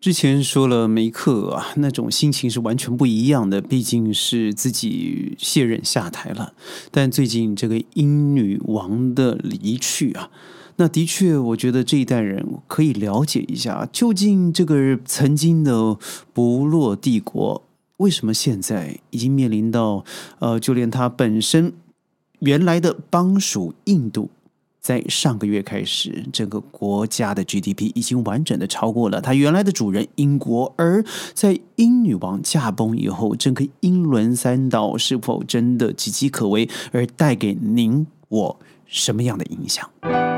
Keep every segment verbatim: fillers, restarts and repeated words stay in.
之前说了梅克啊，那种心情是完全不一样的，毕竟是自己卸任下台了。但最近这个英女王的离去啊，那的确我觉得这一代人可以了解一下，究竟这个曾经的不落帝国为什么现在已经面临到呃，就连他本身原来的邦属印度，在上个月开始，整个国家的 G D P 已经完整的超过了它原来的主人英国。而在英女王驾崩以后，整个英伦三岛是否真的岌岌可危，而带给您我什么样的影响？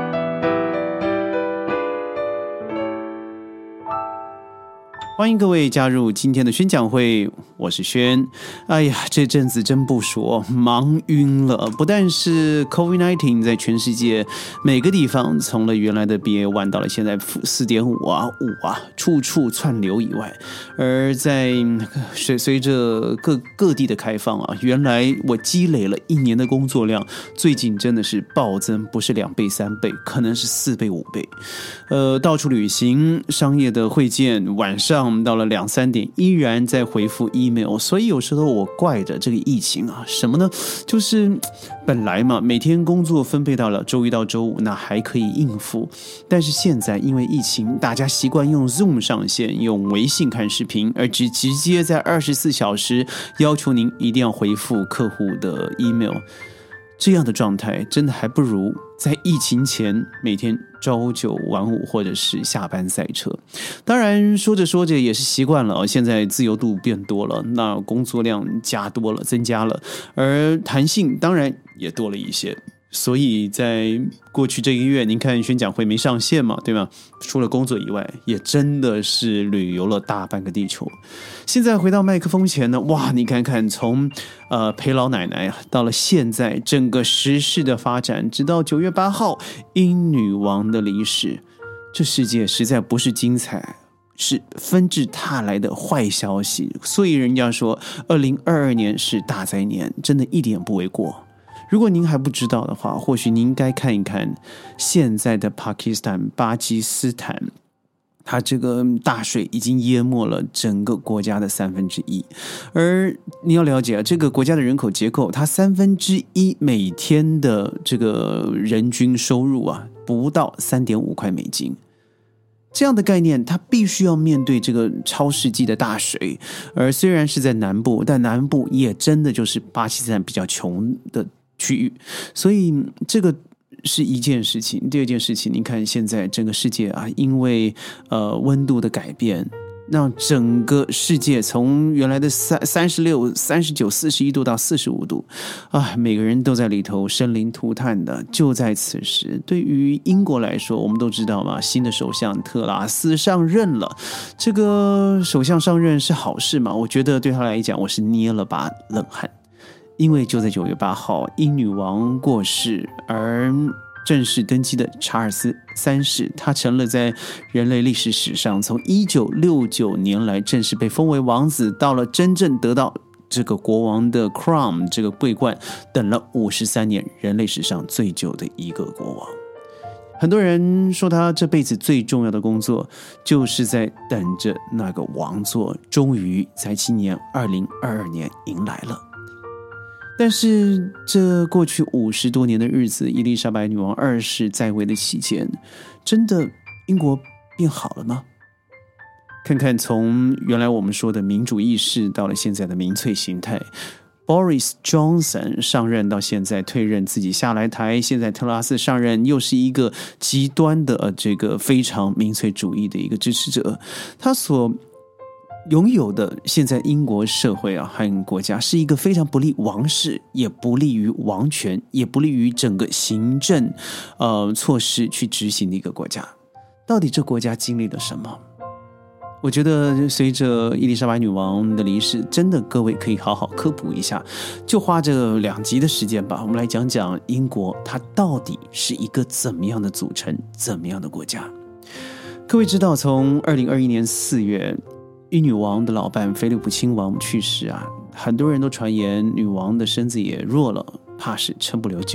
欢迎各位加入今天的宣讲会，我是轩。哎呀，这阵子真不说，忙晕了。不但是 COVID 十九 在全世界每个地方，从了原来的 B A 一 到了现在 四点五 啊、五啊，处处窜流以外，而在随随着各各地的开放啊，原来我积累了一年的工作量，最近真的是暴增，不是两倍、三倍，可能是四倍、五倍。呃，到处旅行、商业的会见，晚上到了两三点依然在回复 email， 所以有时候我怪着这个疫情啊，什么呢？就是本来嘛，每天工作分配到了周一到周五，那还可以应付。但是现在因为疫情，大家习惯用 Zoom 上线，用微信看视频，而直直接在二十四小时要求您一定要回复客户的 email。这样的状态真的还不如在疫情前每天朝九晚五，或者是下班赛车。当然说着说着也是习惯了，现在自由度变多了，那工作量加多了，增加了，而弹性当然也多了一些。所以在过去这一个月，您看宣讲会没上线嘛，对吗？除了工作以外，也真的是旅游了大半个地球。现在回到麦克风前呢，哇，你看看从呃陪老奶奶到了现在整个时事的发展，直到九月八号英女王的离世，这世界实在不是精彩，是纷至沓来的坏消息。所以人家说二零二二年是大灾年，真的一点不为过。如果您还不知道的话，或许您应该看一看现在的巴基斯坦巴基斯坦，它这个大水已经淹没了整个国家的三分之一。而你要了解这个国家的人口结构，它三分之一每天的这个人均收入啊，不到 三点五块美金。这样的概念，它必须要面对这个超世纪的大水。而虽然是在南部，但南部也真的就是巴基斯坦比较穷的区域，所以这个是一件事情。第二件事情，你看现在整个世界啊，因为呃温度的改变，让整个世界从原来的三十六、三十九、四十一度到四十五度啊，每个人都在里头生灵涂炭的。就在此时，对于英国来说，我们都知道嘛，新的首相特拉斯上任了。这个首相上任是好事嘛？我觉得对他来讲，我是捏了把冷汗。因为就在九月八号，英女王过世，而正式登基的查尔斯三世，他成了在人类历史史上从一九六九年来正式被封为王子，到了真正得到这个国王的 crown 这个桂冠，等了五十三年，人类史上最久的一个国王。很多人说他这辈子最重要的工作就是在等着那个王座，终于在今年二零二二年迎来了。但是这过去五十多年的日子，伊丽莎白女王二世在位的期间，真的英国变好了吗？看看从原来我们说的民主意识，到了现在的民粹形态。Boris Johnson 上任到现在退任，自己下来台，现在特拉斯上任，又是一个极端的这个非常民粹主义的一个支持者。他所拥有的现在英国社会啊和国家是一个非常不利王室，也不利于王权，也不利于整个行政呃措施去执行的一个国家。到底这国家经历了什么？我觉得随着伊丽莎白女王的离世，真的各位可以好好科普一下，就花这两集的时间吧，我们来讲讲英国它到底是一个怎么样的组成，怎么样的国家。各位知道，从二零二一年四月英女王的老伴菲利普亲王去世啊，很多人都传言女王的身子也弱了，怕是撑不了久了。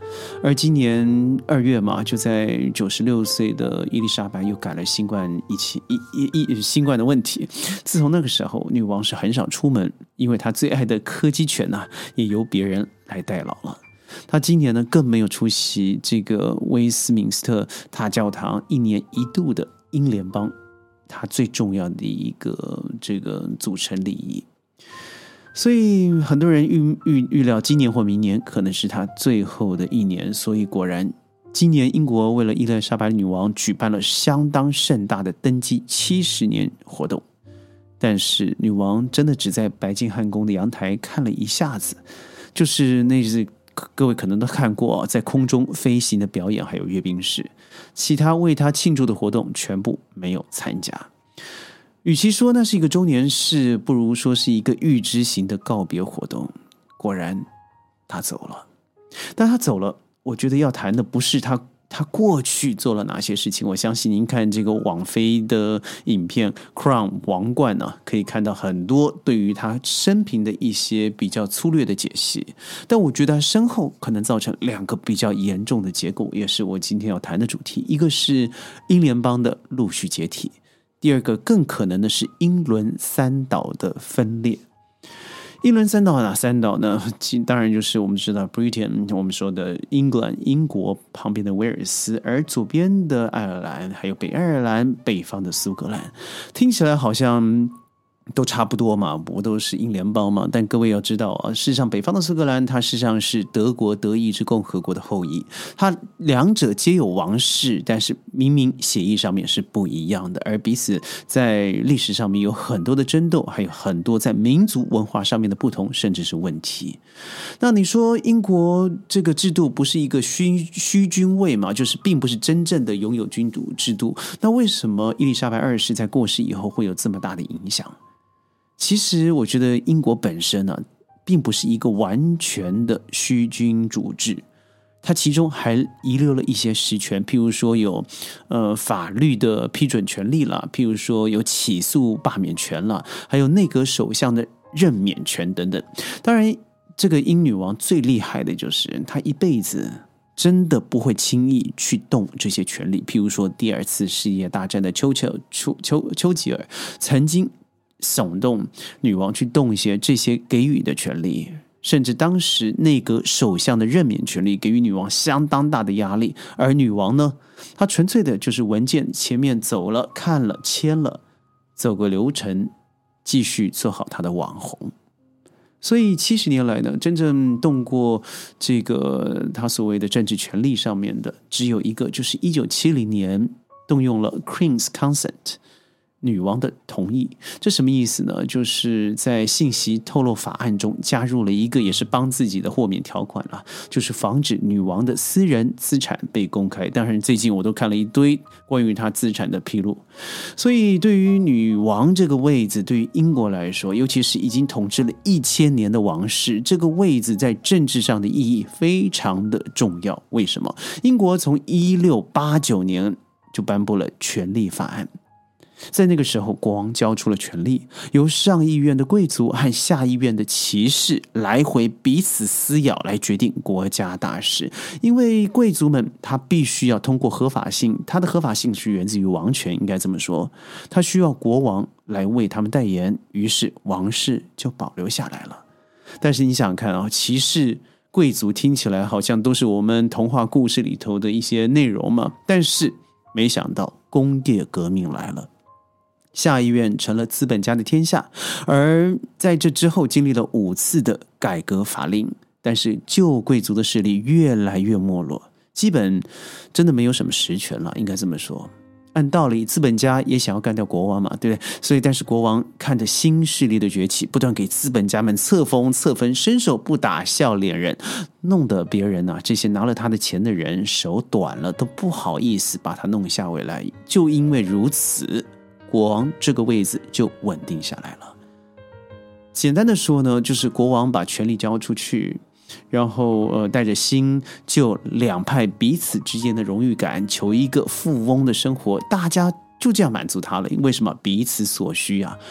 而今年二月嘛，就在九十六岁的伊丽莎白又感了新冠疫情一一一新冠的问题。自从那个时候，女王是很少出门，因为她最爱的柯基犬啊，也由别人来代劳了。她今年呢更没有出席这个威斯敏斯特大教堂一年一度的英联邦她最重要的一个这个组成礼仪。所以很多人预预预料今年或明年可能是她最后的一年，所以果然今年英国为了伊丽莎白女王举办了相当盛大的登基七十年活动。但是女王真的只在白金汉宫的阳台看了一下子，就是那是各位可能都看过在空中飞行的表演，还有阅兵式，其他为她庆祝的活动全部没有参加。与其说那是一个周年事，不如说是一个预知型的告别活动。果然她走了，但她走了，我觉得要谈的不是她他过去做了哪些事情。我相信您看这个网飞的影片 Crown 王冠呢、啊，可以看到很多对于他生平的一些比较粗略的解析，但我觉得他身后可能造成两个比较严重的结果，也是我今天要谈的主题。一个是英联邦的陆续解体，第二个更可能的是英伦三岛的分裂。英伦三岛哪三岛呢？当然就是我们知道 Britain， 我们说的 England 英国旁边的威尔斯，而左边的爱尔兰，还有北爱尔兰，北方的苏格兰。听起来好像都差不多嘛，不都是英联邦嘛？但各位要知道啊，事实上北方的苏格兰它事实上是德国德意志共和国的后裔，它两者皆有王室，但是明明协议上面是不一样的，而彼此在历史上面有很多的争斗，还有很多在民族文化上面的不同，甚至是问题。那你说英国这个制度不是一个虚虚君位嘛，就是并不是真正的拥有君主制度，那为什么伊丽莎白二世在过世以后会有这么大的影响？其实我觉得英国本身呢、啊，并不是一个完全的虚君主制，它其中还遗留了一些实权，譬如说有呃法律的批准权利啦，譬如说有起诉罢免权啦，还有内阁首相的任免权等等。当然，这个英女王最厉害的就是她一辈子真的不会轻易去动这些权利，譬如说第二次世界大战的丘丘丘丘丘吉尔曾经耸动女王去动一些这些给予的权利，甚至当时内阁首相的任免权利给予女王相当大的压力，而女王呢，她纯粹的就是文件前面走了看了签了，走个流程，继续做好她的网红。所以七十年来呢，真正动过这个她所谓的政治权利上面的只有一个，就是一九七零年动用了 Queen's Consent，女王的同意。这什么意思呢？就是在信息透露法案中加入了一个也是帮自己的豁免条款啦，就是防止女王的私人资产被公开。当然最近我都看了一堆关于她资产的披露。所以对于女王这个位子，对于英国来说，尤其是已经统治了一千年的王室，这个位子在政治上的意义非常的重要。为什么？英国从一六八九年就颁布了权利法案，在那个时候，国王交出了权力，由上议院的贵族和下议院的骑士来回彼此撕咬，来决定国家大事。因为贵族们他必须要通过合法性，他的合法性是源自于王权，应该这么说，他需要国王来为他们代言，于是王室就保留下来了。但是你想想看啊，骑士贵族听起来好像都是我们童话故事里头的一些内容嘛，但是没想到工业革命来了，下议院成了资本家的天下，而在这之后经历了五次的改革法令，但是旧贵族的势力越来越没落，基本真的没有什么实权了，应该这么说。按道理资本家也想要干掉国王嘛，对不对？所以但是国王看着新势力的崛起，不断给资本家们册封册分，伸手不打笑脸人，弄得别人啊，这些拿了他的钱的人手短了都不好意思把他弄下位来。就因为如此，国王这个位子就稳定下来了。简单的说呢，就是国王把权力交出去，然后呃，带着新旧两派彼此之间的荣誉感，求一个富翁的生活，大家就这样满足他了。为什么？彼此所需啊。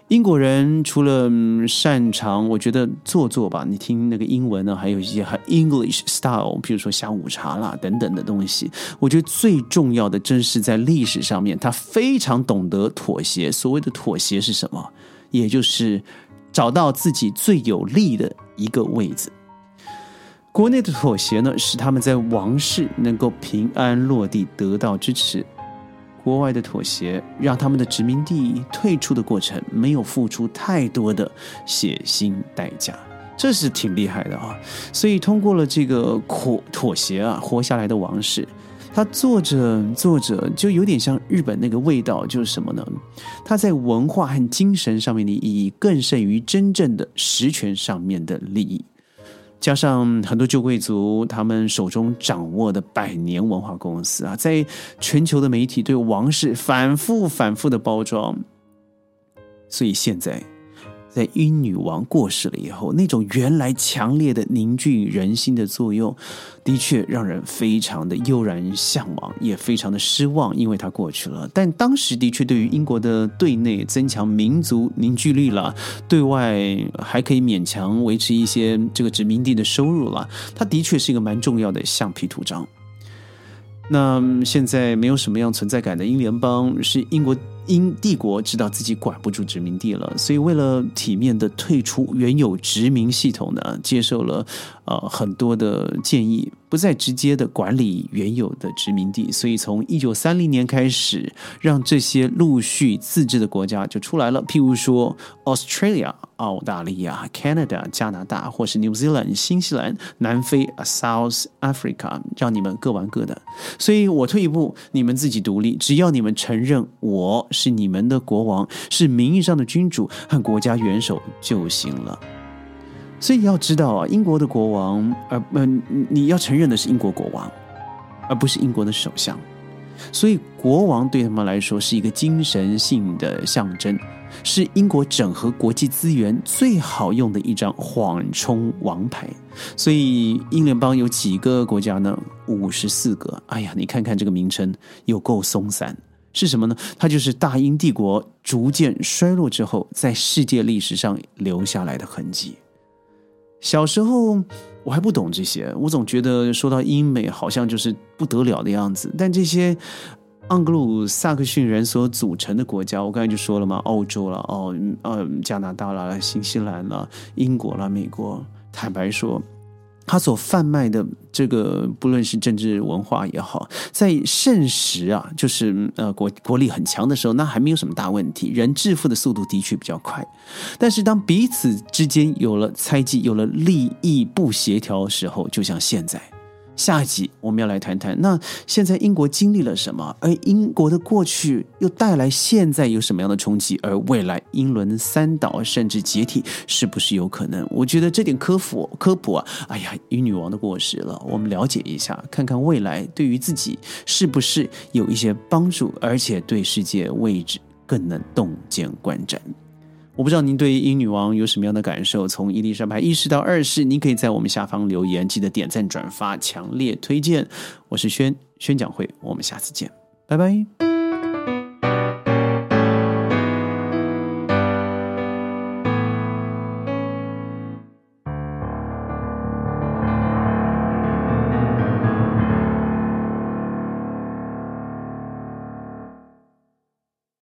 英国人除了擅长我觉得做作吧，你听那个英文呢，还有一些 English style， 比如说下午茶啦等等的东西，我觉得最重要的真是在历史上面他非常懂得妥协。所谓的妥协是什么？也就是找到自己最有利的一个位置。国内的妥协呢，使他们在王室能够平安落地，得到支持；国外的妥协让他们的殖民地退出的过程没有付出太多的血腥代价，这是挺厉害的啊！所以通过了这个妥协啊，活下来的王室，他做着做着就有点像日本那个味道，就是什么呢？他在文化和精神上面的意义更胜于真正的实权上面的利益。加上很多旧贵族他们手中掌握的百年文化公司啊，在全球的媒体对王室反复反复的包装，所以现在在英女王过世了以后，那种原来强烈的凝聚人心的作用的确让人非常的悠然向往，也非常的失望，因为她过去了。但当时的确对于英国的对内增强民族凝聚力了，对外还可以勉强维持一些这个殖民地的收入了，它的确是一个蛮重要的橡皮图章。那现在没有什么样存在感的英联邦，是英国英帝国知道自己管不住殖民地了，所以为了体面的退出原有殖民系统呢，接受了呃很多的建议，不再直接的管理原有的殖民地。所以从一九三零年开始，让这些陆续自治的国家就出来了，譬如说 Australia 澳大利亚、 Canada 加拿大，或是 New Zealand 新西兰、南非 South Africa， 让你们各玩各的。所以我退一步，你们自己独立，只要你们承认我是你们的国王，是名义上的君主和国家元首就行了。所以你要知道啊，英国的国王，呃呃，你要承认的是英国国王，而不是英国的首相。所以国王对他们来说是一个精神性的象征，是英国整合国际资源最好用的一张缓冲王牌。所以英联邦有几个国家呢？五十四个。哎呀，你看看这个名称有够松散。是什么呢？它就是大英帝国逐渐衰落之后在世界历史上留下来的痕迹。小时候我还不懂这些，我总觉得说到英美好像就是不得了的样子，但这些盎格鲁撒克逊人所组成的国家，我刚才就说了嘛，欧洲啦、哦呃、加拿大啦、新西兰啦、英国啦、美国，坦白说他所贩卖的这个不论是政治文化也好，在盛时啊，就是呃国国力很强的时候，那还没有什么大问题，人致富的速度的确比较快。但是当彼此之间有了猜忌，有了利益不协调的时候，就像现在。下一集我们要来谈谈，那现在英国经历了什么？而英国的过去又带来现在有什么样的冲击？而未来英伦三岛甚至解体是不是有可能？我觉得这点科普科普啊，哎呀，英女王的过世了，我们了解一下，看看未来对于自己是不是有一些帮助，而且对世界位置更能洞见观瞻。我不知道您对英女王有什么样的感受，从伊丽莎白一世到二世，您可以在我们下方留言，记得点赞转发，强烈推荐。我是轩，宣讲会，我们下次见，拜拜。